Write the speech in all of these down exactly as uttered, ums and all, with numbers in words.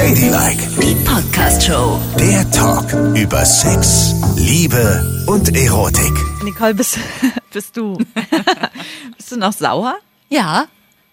Ladylike, Die Podcast-Show. der Talk über Sex, Liebe und Erotik. Nicole, bist, bist du bist du noch sauer? Ja.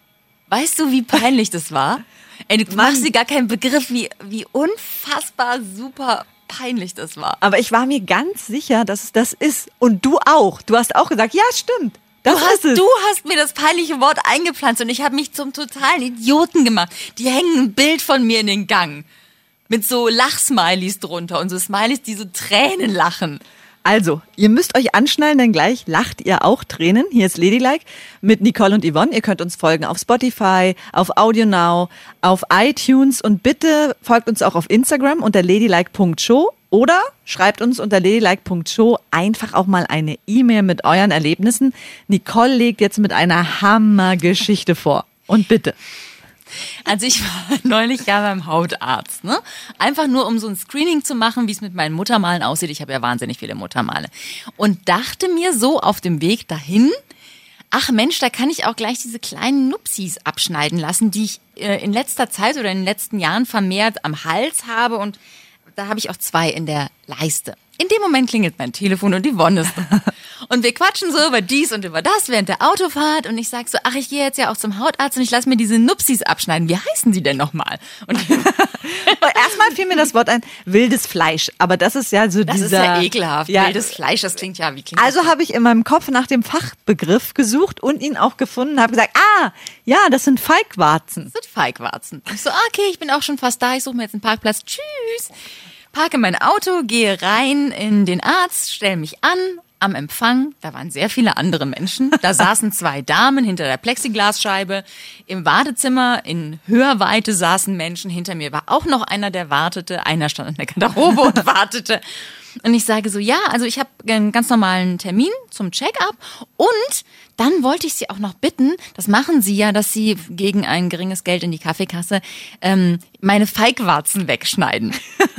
Weißt du, wie peinlich das war? Ey, du machst dir gar keinen Begriff, wie, wie unfassbar super peinlich das war. Aber ich war mir ganz sicher, dass es das ist. Und du auch. Du hast auch gesagt, ja, stimmt. Das Du hast, ist es. du hast mir das peinliche Wort eingepflanzt und ich habe mich zum totalen Idioten gemacht. Die hängen ein Bild von mir in den Gang. Mit so Lachsmilies drunter und so Smileys, die so Tränen lachen. Also, ihr müsst euch anschnallen, denn gleich lacht ihr auch Tränen. Hier ist Ladylike mit Nicole und Yvonne. Ihr könnt uns folgen auf Spotify, auf AudioNow, auf iTunes und bitte folgt uns auch auf Instagram unter ladylike punkt show oder schreibt uns unter ladylike punkt show einfach auch mal eine E-Mail mit euren Erlebnissen. Nicole legt jetzt mit einer Hammergeschichte vor. Und bitte. Also ich war neulich ja beim Hautarzt, ne? Einfach nur, um so ein Screening zu machen, wie es mit meinen Muttermalen aussieht. Ich habe ja wahnsinnig viele Muttermale. Und dachte mir so auf dem Weg dahin, ach Mensch, da kann ich auch gleich diese kleinen Nupsis abschneiden lassen, die ich äh, in letzter Zeit oder in den letzten Jahren vermehrt am Hals habe. Und da habe ich auch zwei in der Leiste. In dem Moment klingelt mein Telefon und Yvonne ist da. Und wir quatschen so über dies und über das während der Autofahrt. Und ich sag so, ach, ich gehe jetzt ja auch zum Hautarzt und ich lasse mir diese Nupsis abschneiden. Wie heißen sie denn nochmal? Und Erstmal fiel mir das Wort ein, wildes Fleisch. Aber das ist ja so das dieser... ist ja ekelhaft. Ja, Wildes Fleisch, das klingt ja, wie klingt Also das? habe ich in meinem Kopf nach dem Fachbegriff gesucht und ihn auch gefunden, habe gesagt, ah, ja, das sind Feigwarzen. Das sind Feigwarzen. Ich so, ah, okay, ich bin auch schon fast da. Ich suche mir jetzt einen Parkplatz. Tschüss. Parke mein Auto, gehe rein in den Arzt, stelle mich an. Am Empfang, da waren sehr viele andere Menschen. Da saßen zwei Damen hinter der Plexiglasscheibe. Im Wartezimmer in Hörweite saßen Menschen. Hinter mir war auch noch einer, der wartete. Einer stand an der Garderobe und wartete. Und ich sage so, ja, also ich habe einen ganz normalen Termin zum Check-up. Und dann wollte ich Sie auch noch bitten, das machen Sie ja, dass Sie gegen ein geringes Geld in die Kaffeekasse ähm, meine Feigwarzen wegschneiden.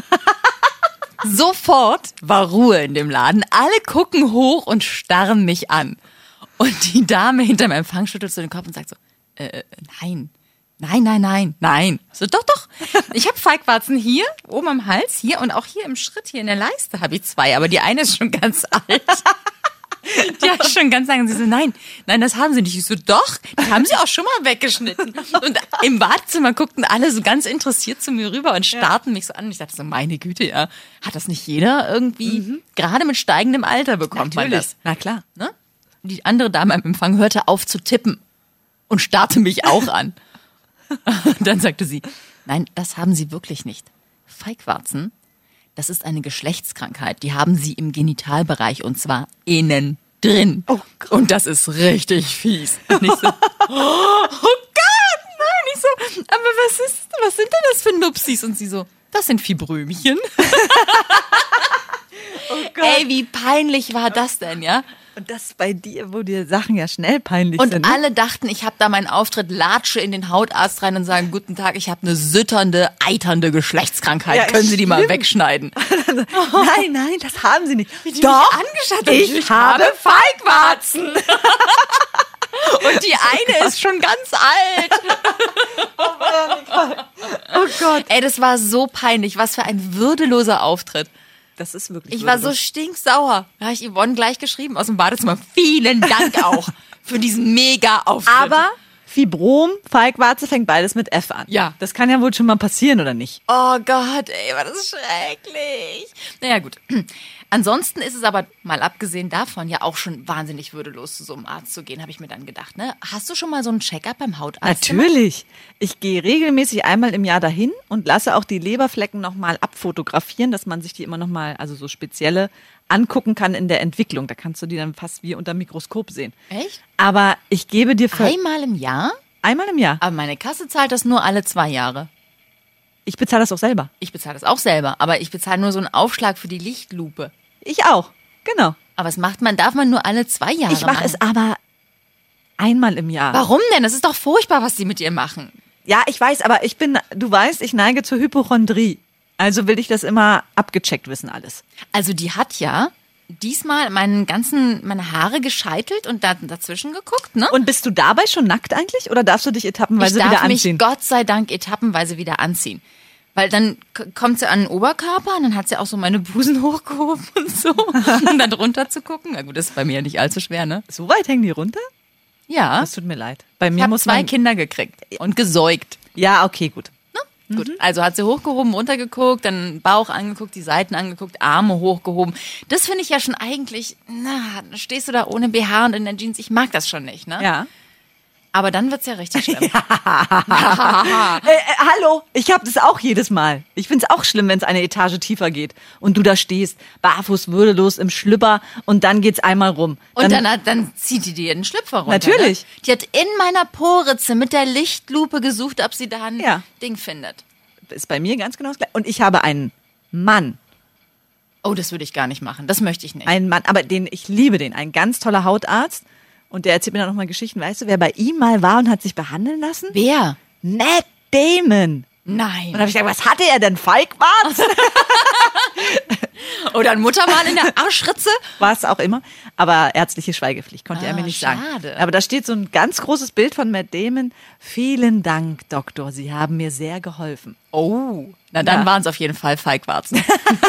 Sofort war Ruhe in dem Laden. Alle gucken hoch und starren mich an. Und die Dame hinterm Empfang schüttelt so den Kopf und sagt so, äh, nein, nein, nein, nein, nein. So, doch, doch. Ich habe Feigwarzen hier, oben am Hals, hier und auch hier im Schritt, hier in der Leiste habe ich zwei. Aber die eine ist schon ganz alt. Die hat schon ganz lange. Und sie so, nein, nein, das haben sie nicht. Ich so, doch, die haben sie auch schon mal weggeschnitten. Und im Badezimmer guckten alle so ganz interessiert zu mir rüber und starrten mich so an. Und ich dachte so, meine Güte, ja, hat das nicht jeder irgendwie, mhm. gerade mit steigendem Alter bekommt Natürlich. man das. Na klar. Ne? Die andere Dame am Empfang hörte auf zu tippen und starrte mich auch an. Und dann sagte sie, nein, das haben sie wirklich nicht. Feigwarzen, das ist eine Geschlechtskrankheit. Die haben sie im Genitalbereich und zwar innen drin. Oh Gott. Und das ist richtig fies. Und ich so, oh Gott, nein. Ich so, aber was ist, was sind denn das für Nupsis? Und sie so, das sind Fibrömchen. Oh Gott. Ey, wie peinlich war das denn, ja? Und das bei dir, wo dir Sachen ja schnell peinlich Und sind. Ne? alle dachten, ich habe da meinen Auftritt, latsche in den Hautarzt rein und sagen, guten Tag, ich habe eine sütternde, eiternde Geschlechtskrankheit. Ja, Können Sie die mal stimmt. wegschneiden? Nein, nein, das haben sie nicht. Die Doch, mich angeschaut haben. ich habe Feigwarzen. Und die eine ist schon ganz alt. Oh Gott. Ey, das war so peinlich. Was für ein würdeloser Auftritt. Das ist wirklich Ich war so würdelos. stinksauer. Da habe ich Yvonne gleich geschrieben aus dem Badezimmer. Vielen Dank auch für diesen Mega-Auftritt. Aber Fibrom, Feigwarze fängt beides mit F an. Ja. Das kann ja wohl schon mal passieren, oder nicht? Oh Gott, ey, war das schrecklich. Naja, gut. Ansonsten ist es aber, mal abgesehen davon, ja auch schon wahnsinnig würdelos, zu so einem Arzt zu gehen, habe ich mir dann gedacht. Ne? Hast du schon mal so einen Check-up beim Hautarzt gemacht? Natürlich. Ich gehe regelmäßig einmal im Jahr dahin und lasse auch die Leberflecken nochmal abfotografieren, dass man sich die immer nochmal, also so spezielle, angucken kann in der Entwicklung. Da kannst du die dann fast wie unter dem Mikroskop sehen. Echt? Aber ich gebe dir für Einmal im Jahr? einmal im Jahr. Aber meine Kasse zahlt das nur alle zwei Jahre. Ich bezahle das auch selber. Ich bezahle das auch selber, aber ich bezahle nur so einen Aufschlag für die Lichtlupe. Ich auch. Genau. Aber was macht man, darf man nur alle zwei Jahre Ich mache machen. es aber einmal im Jahr. Warum denn? Das ist doch furchtbar, was die mit ihr machen. Ja, ich weiß, aber ich bin, du weißt, ich neige zur Hypochondrie. Also will ich das immer abgecheckt wissen alles. Also die hat ja diesmal meinen ganzen, meine Haare gescheitelt und da, dazwischen geguckt, ne? Und bist du dabei schon nackt eigentlich oder darfst du dich etappenweise ich darf wieder mich anziehen? Gott sei Dank etappenweise wieder anziehen. Weil dann k- kommt sie an den Oberkörper und dann hat sie auch so meine Busen hochgehoben und so, um dann runter zu gucken. Na gut, das ist bei mir ja nicht allzu schwer, ne? So weit hängen die runter? Ja, Das tut mir leid. Bei ich mir habe muss zwei man... Kinder gekriegt und gesäugt. Ja, okay, gut. Gut, also hat sie hochgehoben, runtergeguckt, dann Bauch angeguckt, die Seiten angeguckt, Arme hochgehoben. Das finde ich ja schon eigentlich, na, dann stehst du da ohne B H und in der Jeans. Ich mag das schon nicht, ne? Ja. Aber dann wird's ja richtig schlimm. Äh, äh, hallo, ich habe das auch jedes Mal. Ich find's auch schlimm, wenn es eine Etage tiefer geht und du da stehst, barfuß, würdelos im Schlüpper und dann geht's einmal rum. Und dann, hat, dann zieht die dir den Schlüpfer runter. Natürlich. Ne? Die hat in meiner Poritze mit der Lichtlupe gesucht, ob sie da ein Ja. Ding findet. Ist bei mir ganz genau das gleiche. Und ich habe einen Mann, Oh, das würde ich gar nicht machen. Das möchte ich nicht. einen Mann, aber den, ich liebe den, ein ganz toller Hautarzt. Und der erzählt mir dann nochmal Geschichten. Weißt du, wer bei ihm mal war und hat sich behandeln lassen? Wer? Matt Damon. Nein. Und dann habe ich gesagt, was hatte er denn? Feigwarz? Oder ein Muttermal in der Arschritze? Was auch immer. Aber ärztliche Schweigepflicht konnte er Ah, mir nicht schade. sagen. Aber da steht so ein ganz großes Bild von Matt Damon. Vielen Dank, Doktor. Sie haben mir sehr geholfen. Oh. Na, dann Ja. waren es auf jeden Fall Feigwarzen.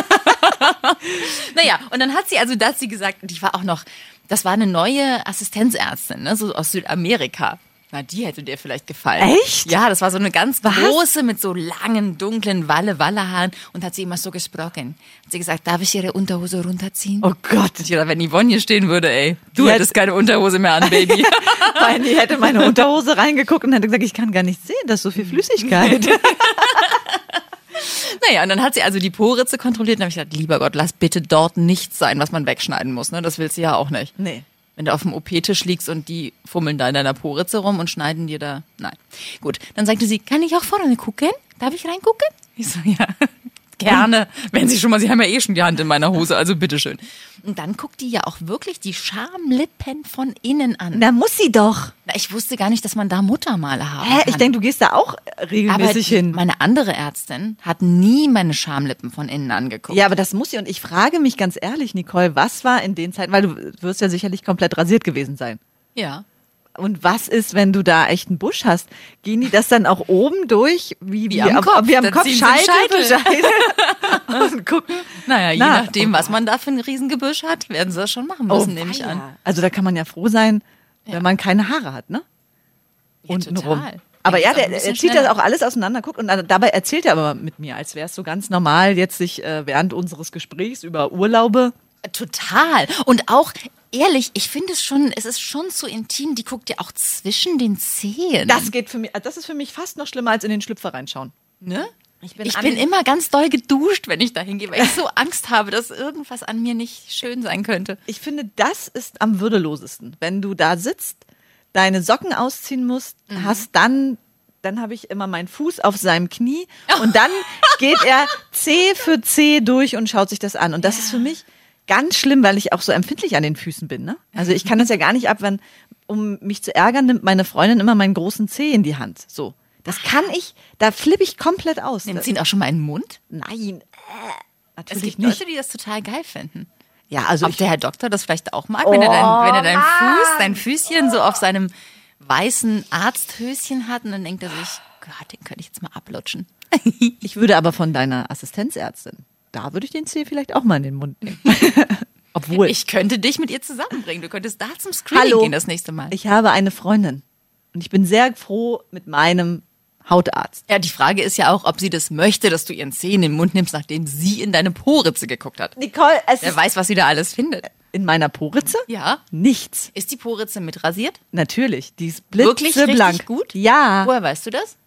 Naja, und dann hat sie, also da hat sie gesagt, die war auch noch, das war eine neue Assistenzärztin, ne, so aus Südamerika. Na, die hätte dir vielleicht gefallen. Echt? Ja, das war so eine ganz Was? große mit so langen, dunklen Walle-Walle-Haaren und hat sie immer so gesprochen. Hat sie gesagt, darf ich ihre Unterhose runterziehen? Oh Gott. Ich dachte, wenn Yvonne hier stehen würde, ey, du Die hättest keine Unterhose mehr an, Baby. Weil die hätte meine Unterhose reingeguckt und hätte gesagt, ich kann gar nicht sehen, da ist so viel Flüssigkeit. Naja, und dann hat sie also die Po-Ritze kontrolliert und habe ich gesagt, lieber Gott, lass bitte dort nichts sein, was man wegschneiden muss. Ne? Das willst du ja auch nicht. Nee. Wenn du auf dem O P-Tisch liegst und die fummeln da in deiner Po-Ritze rum und schneiden dir da. Nein. Gut, dann sagte sie, kann ich auch vorne gucken? Darf ich reingucken? Ich so, ja, gerne. Wenn sie schon mal, sie haben ja eh schon die Hand in meiner Hose, also bitteschön. Und dann guckt die ja auch wirklich die Schamlippen von innen an. Na, muss sie doch. Na, ich wusste gar nicht, dass man da Muttermale haben Hä? kann. Ich denke, du gehst da auch aber regelmäßig die- hin. meine andere Ärztin hat nie meine Schamlippen von innen angeguckt. Ja, aber das muss sie. Und ich frage mich ganz ehrlich, Nicole, was war in den Zeiten, weil du wirst ja sicherlich komplett rasiert gewesen sein. Ja. Und was ist, wenn du da echt einen Busch hast? Gehen die das dann auch oben durch? Wie, Wie am Kopf. Wie am Dann Kopf, ziehen sie Scheitel, den für Scheitel. Und gucken. Naja, je Na, nachdem, oh was man da für ein Riesengebüsch hat, werden sie das schon machen müssen, nehme ich weia. an. Also da kann man ja froh sein, Ja. wenn man keine Haare hat, ne? Ja, Untenrum. total. Aber Dann ja, geht's auch der, ein bisschen er zieht schneller. das auch alles auseinander, guckt und dann, dabei erzählt er aber mit mir, als wäre es so ganz normal, jetzt sich äh, während unseres Gesprächs über Urlaube. Total. Und auch, ehrlich, ich finde es schon, es ist schon zu intim, die guckt ja auch zwischen den Zehen. Das geht für mich, das ist für mich fast noch schlimmer als in den Schlüpfer reinschauen. ne? Ich bin Ich an- bin immer ganz doll geduscht, wenn ich da hingehe, weil ich so Angst habe, dass irgendwas an mir nicht schön sein könnte. Ich finde, das ist am würdelosesten. Wenn du da sitzt, deine Socken ausziehen musst, Mhm. hast dann, dann habe ich immer meinen Fuß auf seinem Knie und dann geht er Zeh für Zeh durch und schaut sich das an. Und das ist für mich ganz schlimm, weil ich auch so empfindlich an den Füßen bin. Ne? Also ich kann das ja gar nicht ab, wenn, um mich zu ärgern, nimmt meine Freundin immer meinen großen Zeh in die Hand. So. Das kann ich, da flippe ich komplett aus. Nimmt sie ihn auch schon mal in den Mund? Nein, äh, Es natürlich gibt nicht. Leute, die das total geil finden. Ja, also Ob ich, der Herr Doktor das vielleicht auch mag, wenn er dein, wenn er deinen Oh, Fuß, dein Füßchen so auf seinem weißen Arzthöschen hat und dann denkt er sich, Gott, den könnte ich jetzt mal ablutschen. ich würde aber von deiner Assistenzärztin, da würde ich den Zeh vielleicht auch mal in den Mund nehmen. Obwohl, Ich könnte dich mit ihr zusammenbringen. Du könntest da zum Screening Hallo. gehen das nächste Mal. ich habe eine Freundin und ich bin sehr froh mit meinem Hautarzt. Ja, die Frage ist ja auch, ob sie das möchte, dass du ihren Zeh in den Mund nimmst, nachdem sie in deine Poritze geguckt hat. Nicole, es Wer ist weiß, was sie da alles findet. in meiner Poritze Ja. nichts. Ist die Poritze mit rasiert? Natürlich, die ist Wirklich blitzeblank. richtig gut? Ja, Woher weißt du das?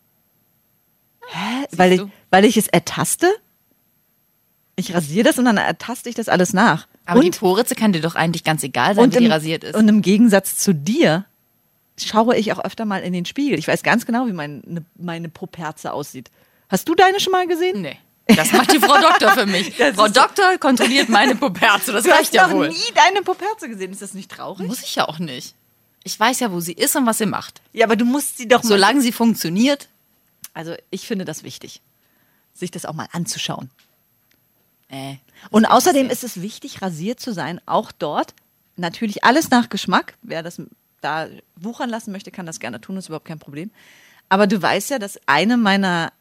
weil ich, du? weil ich es ertaste. Ich rasiere das und dann ertaste ich das alles nach. Aber die und, Poritze kann dir doch eigentlich ganz egal sein, und, wie die im, rasiert ist. und im Gegensatz zu dir schaue ich auch öfter mal in den Spiegel. Ich weiß ganz genau, wie meine, meine Poperze aussieht. Hast du deine schon mal gesehen? Nee. Das macht die Frau Doktor für mich. Das Frau ist- Doktor kontrolliert meine Poperze. Das Du reicht hast ja noch wohl. nie deine Poperze gesehen. Ist das nicht traurig? Muss ich ja auch nicht. Ich weiß ja, wo sie ist und was sie macht. Ja, aber du musst sie doch mal. Solange sie funktioniert. Also ich finde das wichtig, sich das auch mal anzuschauen. Äh, Und außerdem ist es wichtig, rasiert zu sein, auch dort. Natürlich alles nach Geschmack. Wer das da wuchern lassen möchte, kann das gerne tun, ist überhaupt kein Problem. Aber du weißt ja, dass eine meiner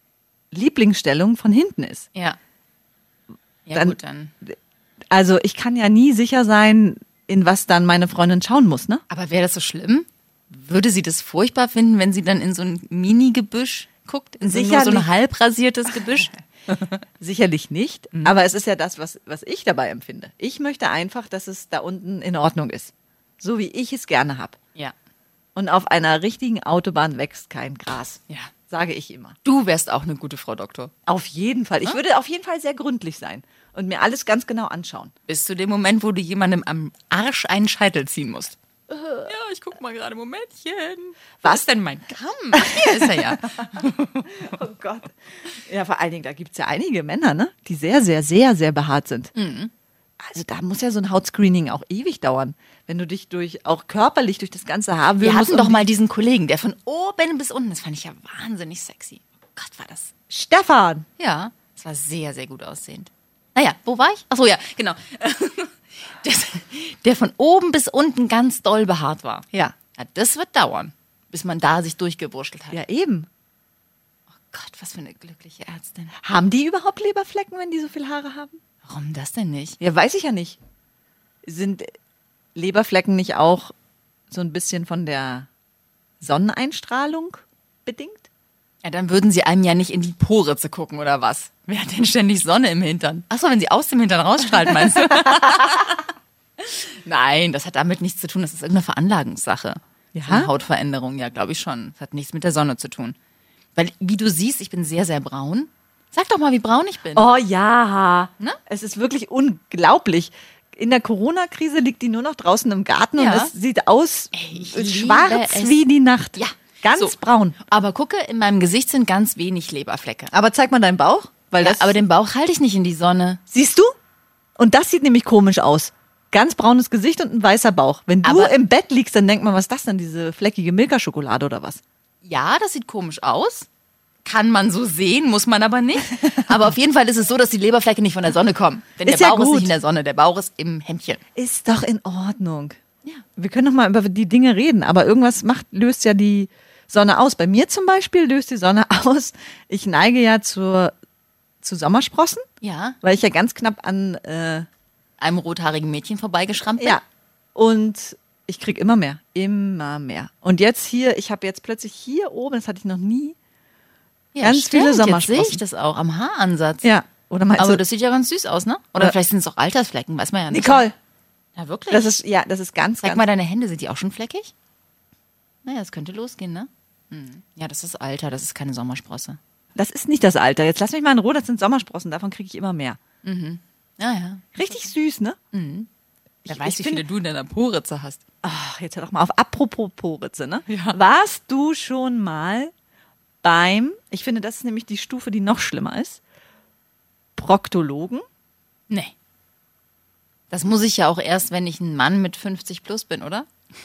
Lieblingsstellung von hinten ist. Ja. Ja, Dann- gut, dann. Also ich kann ja nie sicher sein, in was dann meine Freundin schauen muss, ne? Aber wäre das so schlimm? Würde sie das furchtbar finden, wenn sie dann in so ein Mini-Gebüsch guckt? In so, nur so Sicherlich. ein halb rasiertes Gebüsch? Sicherlich nicht, aber es ist ja das, was, was ich dabei empfinde. Ich möchte einfach, dass es da unten in Ordnung ist. So wie ich es gerne habe. Ja. Und auf einer richtigen Autobahn wächst kein Gras. Ja. Sage ich immer. Du wärst auch eine gute Frau Doktor. Auf jeden Fall. Ich würde auf jeden Fall sehr gründlich sein und mir alles ganz genau anschauen. Bis zu dem Moment, wo du jemandem am Arsch einen Scheitel ziehen musst. Ja, ich guck mal gerade, Momentchen. Was ist denn mein Kamm? Ach, hier ist er ja. Oh Gott. Ja, vor allen Dingen, da gibt es ja einige Männer, ne? Die sehr, sehr, sehr, sehr behaart sind. Also da muss ja so ein Hautscreening auch ewig dauern. Wenn du dich durch, auch körperlich durch das ganze Haar Wir wühlst hatten und doch die- mal diesen Kollegen, der von oben bis unten, das fand ich ja wahnsinnig sexy. Oh Gott, war das. Stefan. Ja, das war sehr, sehr gut aussehend. Naja, wo war ich? Ach so, ja, genau. Der, der von oben bis unten ganz doll behaart war. Ja. Ja, das wird dauern, bis man da sich durchgewurschtelt hat. Ja, eben. Gott, was für eine glückliche Ärztin. Haben die überhaupt Leberflecken, wenn die so viel Haare haben? Warum das denn nicht? Ja, weiß ich ja nicht. Sind Leberflecken nicht auch so ein bisschen von der Sonneneinstrahlung bedingt? Ja, dann würden sie einem ja nicht in die Poritze gucken, oder was? Wer hat denn ständig Sonne im Hintern? Achso, wenn sie aus dem Hintern rausstrahlt, meinst du? Nein, das hat damit nichts zu tun. Das ist irgendeine Veranlagungssache. Ja? So eine Hautveränderung, ja, glaube ich schon. Das hat nichts mit der Sonne zu tun. Weil, wie du siehst, ich bin sehr, sehr braun. Sag doch mal, wie braun ich bin. Oh ja. Ne? Es ist wirklich unglaublich. In der Corona-Krise liegt die nur noch draußen im Garten Ja. und es sieht aus Ey, ich äh, liebe schwarz es. wie die Nacht. Ja. Ganz So. braun. Aber gucke, in meinem Gesicht sind ganz wenig Leberflecke. Aber zeig mal deinen Bauch, weil Ja, das aber den Bauch halte ich nicht in die Sonne. siehst du? Und das sieht nämlich komisch aus. Ganz braunes Gesicht und ein weißer Bauch. Wenn du Aber- im Bett liegst, dann denkt man, was ist das denn, diese fleckige Milka-Schokolade oder was? Ja, das sieht komisch aus. Kann man so sehen, muss man aber nicht. Aber auf jeden Fall ist es so, dass die Leberflecke nicht von der Sonne kommen. Denn Ist der ja Bauch ist gut. nicht in der Sonne, der Bauch ist im Hemdchen. Ist doch in Ordnung. Ja. Wir können doch mal über die Dinge reden, aber irgendwas macht, löst ja die Sonne aus. Bei mir zum Beispiel löst die Sonne aus. Ich neige ja zur, zu Sommersprossen, Ja, weil ich ja ganz knapp an, äh, einem rothaarigen Mädchen vorbeigeschrammt bin. ja. Und ich krieg immer mehr, immer mehr. Und jetzt hier, ich habe jetzt plötzlich hier oben, das hatte ich noch nie, ja ganz stimmt, viele Jetzt sehe Sommersprossen. ich das auch am Haaransatz. ja. Oder meinst Aber du, das sieht ja ganz süß aus, ne? Oder Oder- vielleicht sind es auch Altersflecken, weiß man ja nicht. Nicole, Ja, wirklich? das ist, ja, das ist ganz, Zeig ganz, mal deine Hände, sind die auch schon fleckig? Naja, das könnte losgehen, ne? Hm. Ja, das ist Alter, das ist keine Sommersprosse. das ist nicht das Alter. Jetzt lass mich mal in Ruhe, das sind Sommersprossen, davon kriege ich immer mehr. Ja, ja. Richtig süß, ne? Wer Ich- weiß, ich wie bin- viele du in deiner Poritze hast. Ach, jetzt hör doch mal auf. Apropos Poritze, ne? Ja. Warst du schon mal beim, ich finde, das ist nämlich die Stufe, die noch schlimmer ist, Proktologen? Nee. Das muss ich ja auch erst, wenn ich ein Mann mit fünfzig plus bin, oder?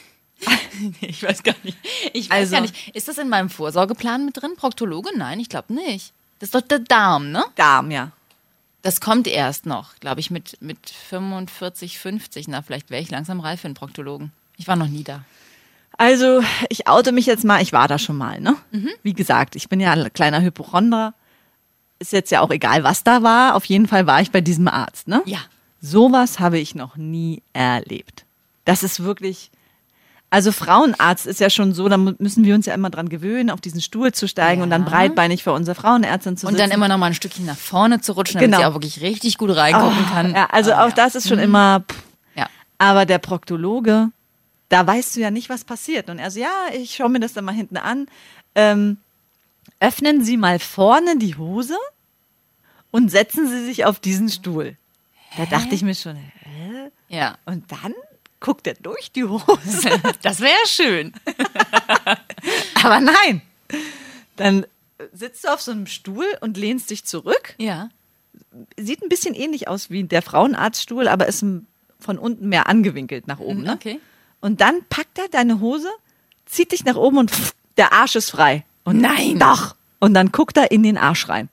Ich weiß gar nicht. Ich weiß Also- gar nicht. Ist das in meinem Vorsorgeplan mit drin? Proktologe? Nein, ich glaube nicht. Das ist doch der Darm, ne? Darm, ja. Das kommt erst noch, glaube ich, mit, mit fünfundvierzig, fünfzig. Na, vielleicht wäre ich langsam reif für einen Proktologen. Ich war noch nie da. Also, ich oute mich jetzt mal, ich war da schon mal, ne? Wie gesagt, ich bin ja ein kleiner Hypochonder. Ist jetzt ja auch egal, was da war. Auf jeden Fall war ich bei diesem Arzt, ne? Ja. Sowas habe ich noch nie erlebt. Das ist wirklich. Also Frauenarzt ist ja schon so, da mu- müssen wir uns ja immer dran gewöhnen, auf diesen Stuhl zu steigen Ja. und dann breitbeinig vor unserer Frauenärztin zu Und sitzen. dann immer noch mal ein Stückchen nach vorne zu rutschen, damit Genau. sie auch wirklich richtig gut reingucken kann. Ja, also Ah, auch ja. das ist schon immer. Pff. Ja. Aber der Proktologe, da weißt du ja nicht, was passiert. Und er so, ja, ich schaue mir das dann mal hinten an. Ähm, öffnen Sie mal vorne die Hose und setzen Sie sich auf diesen Stuhl. Da dachte ich mir schon, hä? Ja. Und dann guckt er durch die Hose. Das wäre schön. Aber nein. Dann sitzt du auf so einem Stuhl und lehnst dich zurück. Ja. Sieht ein bisschen ähnlich aus wie der Frauenarztstuhl, aber ist von unten mehr angewinkelt nach oben. Ne? Okay. Und dann packt er deine Hose, zieht dich nach oben und pff, der Arsch ist frei. Und Nein. Doch. Und dann guckt er in den Arsch rein.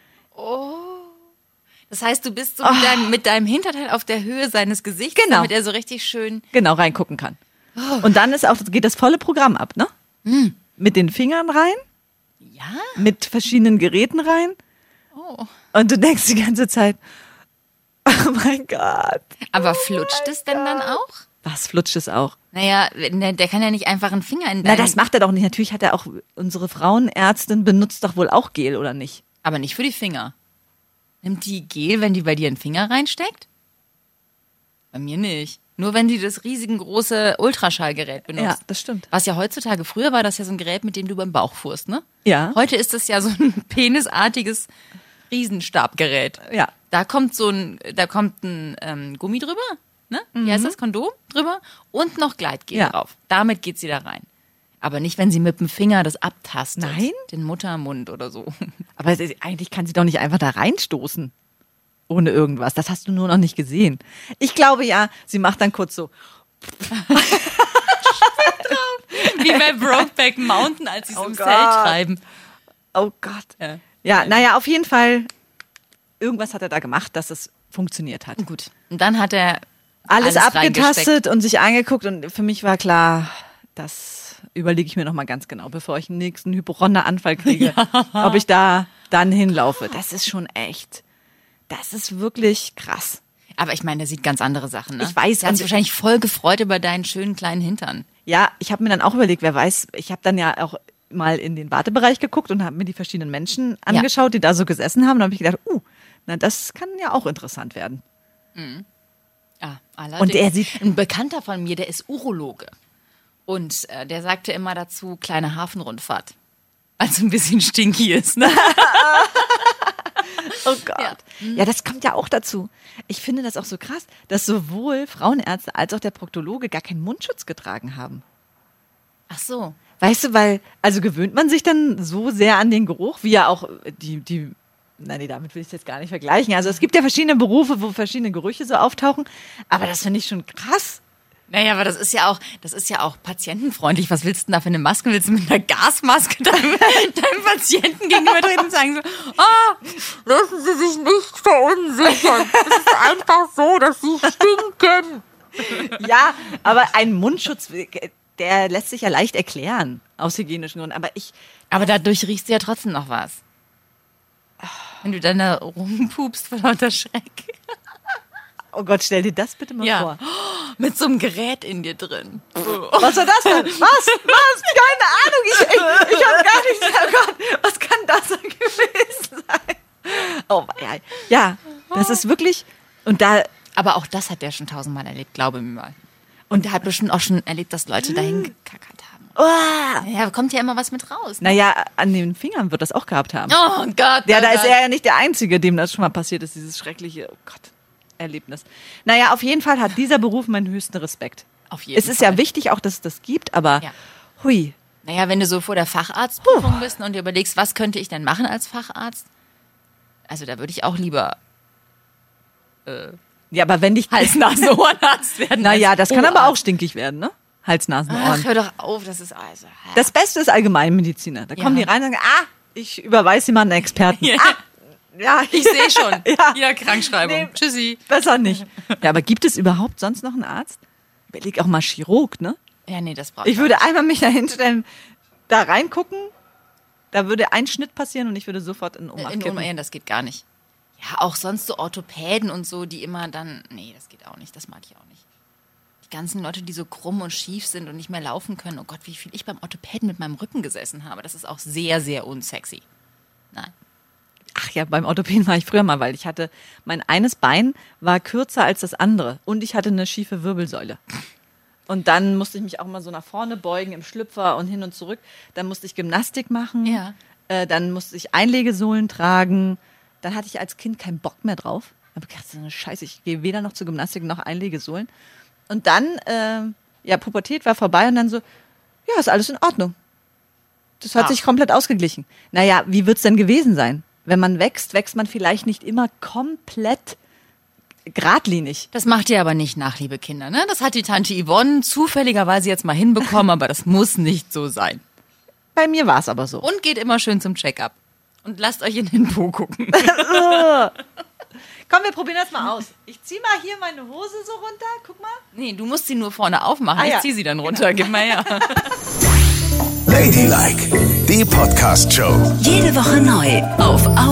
Das heißt, du bist so mit, deinem, mit deinem Hinterteil auf der Höhe seines Gesichts, Genau. damit er so richtig schön... Genau, reingucken kann. Und dann ist auch, geht das volle Programm ab, ne? Mit den Fingern rein, Ja? mit verschiedenen Geräten rein. Oh. Und du denkst die ganze Zeit, oh mein Gott. Aber oh flutscht es denn dann auch? Was, flutscht es auch? Naja, der, der kann ja nicht einfach einen Finger in Na, deinen... das macht er doch nicht. Natürlich hat er auch, unsere Frauenärztin benutzt doch wohl auch Gel, oder nicht? Aber nicht für die Finger. Nimmt die Gel, wenn die bei dir einen Finger reinsteckt? Bei mir nicht. Nur wenn die das riesengroße Ultraschallgerät benutzt. Ja, das stimmt. Was ja heutzutage, früher war das ja so ein Gerät, mit dem du beim Bauch fuhrst, ne? Ja. Heute ist das ja so ein penisartiges Riesenstabgerät. Ja. Da kommt so ein, da kommt ein ähm, Gummi drüber, ne? Wie heißt das? Kondom drüber und noch Gleitgel Ja. drauf. Damit geht sie da rein. Aber nicht, wenn sie mit dem Finger das abtastet. Nein? Den Muttermund oder so. Aber es ist- eigentlich kann sie doch nicht einfach da reinstoßen. Ohne irgendwas. Das hast du nur noch nicht gesehen. Ich glaube ja, sie macht dann kurz so. Wie bei Brokeback Mountain, als sie es Oh im Gott. Zelt schreiben. Oh Gott. Ja. Ja, naja, auf jeden Fall, irgendwas hat er da gemacht, dass es funktioniert hat. Gut. Und dann hat er Alles, alles reingesteckt. abgetastet und sich angeguckt und für mich war klar, das überlege ich mir nochmal ganz genau, bevor ich den nächsten Hypochonder-Anfall kriege, ob ich da dann hinlaufe. Das ist schon echt, das ist wirklich krass. Aber ich meine, der sieht ganz andere Sachen, ne? Ich weiß, Der hat und- sich wahrscheinlich voll gefreut über deinen schönen kleinen Hintern. Ja, ich habe mir dann auch überlegt, wer weiß, ich habe dann ja auch mal in den Wartebereich geguckt und habe mir die verschiedenen Menschen angeschaut, die da so gesessen haben. Und habe ich gedacht, uh, na das kann ja auch interessant werden. Ja, allerdings. Und er sieht- ein Bekannter von mir, der ist Urologe. Und äh, der sagte immer dazu, kleine Hafenrundfahrt. Also ein bisschen stinky ist, ne? Oh Gott. Ja. ja, das kommt ja auch dazu. Ich finde das auch so krass, dass sowohl Frauenärzte als auch der Proktologe gar keinen Mundschutz getragen haben. Ach so. Weißt du, weil, also gewöhnt man sich dann so sehr an den Geruch, wie ja auch die, die, nein, nee, damit will ich es jetzt gar nicht vergleichen. Also es gibt ja verschiedene Berufe, wo verschiedene Gerüche so auftauchen, aber das finde ich schon krass. Naja, aber das ist ja auch, das ist ja auch patientenfreundlich. Was willst du denn da für eine Maske? Willst du mit einer Gasmaske deinem, deinem Patienten gegenüber treten und sagen so, ah, lassen Sie sich nicht verunsichern. Es ist einfach so, dass Sie stinken. Ja, aber ein Mundschutz, der lässt sich ja leicht erklären, aus hygienischen Gründen, aber ich, Aber dadurch riechst du ja trotzdem noch was. Wenn du dann da rumpupst vor lauter Schreck. oh Gott, stell dir das bitte mal vor. Mit so einem Gerät in dir drin. Was war das denn? Was? Was? Keine Ahnung. Ich, ich, ich habe gar nicht. Oh Gott, was kann das denn gewesen sein? Oh, ja, ja, das ist wirklich. Und da. Aber auch das hat der schon tausendmal erlebt, glaube mir mal. Und der hat bestimmt auch schon erlebt, dass Leute dahin gekackert haben. Oh, Ja, kommt ja immer was mit raus. Ne? naja, an den Fingern wird das auch gehabt haben. Oh Gott. Ja, oh da ist Gott. er ja nicht der Einzige, dem das schon mal passiert ist, dieses schreckliche, oh Gott, Erlebnis. Naja, auf jeden Fall hat dieser Beruf meinen höchsten Respekt. Auf jeden Es ist Fall. ja wichtig auch, dass es das gibt, aber Ja. hui. Naja, wenn du so vor der Facharztprüfung bist und dir überlegst, was könnte ich denn machen als Facharzt? Also da würde ich auch lieber Ja, aber wenn dich Hals-Nasen-Ohrenarzt werden. Naja, als das kann aber Ohrarzt. auch stinkig werden, ne? Hals, Nasen, Ach, Ohren. hör doch auf, das ist also... Das Beste ist Allgemeinmediziner. Da kommen Ja. die rein und sagen, ah, ich überweise jemanden einen Experten. Ja. Ah, ja, Ich sehe schon. Ja. Ja, Krankschreibung. Nee. Tschüssi. Besser nicht. Ja, aber gibt es überhaupt sonst noch einen Arzt? Überleg auch mal Chirurg, ne? Ja, nee, das brauche Ich würde einmal mich da hinstellen, da reingucken, da würde ein Schnitt passieren und ich würde sofort in Ohnmacht In kippen. Ohren, das geht gar nicht. Ja, auch sonst so Orthopäden und so, die immer dann... Nee, das geht auch nicht, das mag ich auch nicht. Die ganzen Leute, die so krumm und schief sind und nicht mehr laufen können. Oh Gott, wie viel ich beim Orthopäden mit meinem Rücken gesessen habe. Das ist auch sehr, sehr unsexy. Nein. Ach ja, beim Orthopäden war ich früher mal, weil ich hatte, mein eines Bein war kürzer als das andere und ich hatte eine schiefe Wirbelsäule. Und dann musste ich mich auch mal so nach vorne beugen im Schlüpfer und hin und zurück. Dann musste ich Gymnastik machen. Ja. Äh, dann musste ich Einlegesohlen tragen. Dann hatte ich als Kind keinen Bock mehr drauf. Da habe ich gedacht, so eine Scheiße, ich gehe weder noch zur Gymnastik noch Einlegesohlen. Und dann, äh, ja, Pubertät war vorbei und dann so, ja, ist alles in Ordnung. Das hat Ach. sich komplett ausgeglichen. Naja, wie wird's denn gewesen sein? Wenn man wächst, wächst man vielleicht nicht immer komplett geradlinig. Das macht ihr aber nicht nach, liebe Kinder, ne? Das hat die Tante Yvonne zufälligerweise jetzt mal hinbekommen, aber das muss nicht so sein. Bei mir war es aber so. Und geht immer schön zum Check-up. Und lasst euch in den Po gucken. Komm, wir probieren das mal aus. Ich zieh mal hier meine Hose so runter. Guck mal. Nee, du musst sie nur vorne aufmachen. Ah, ja. Ich zieh sie dann runter. Gib mal her. Ladylike, die Podcast-Show. Jede Woche neu auf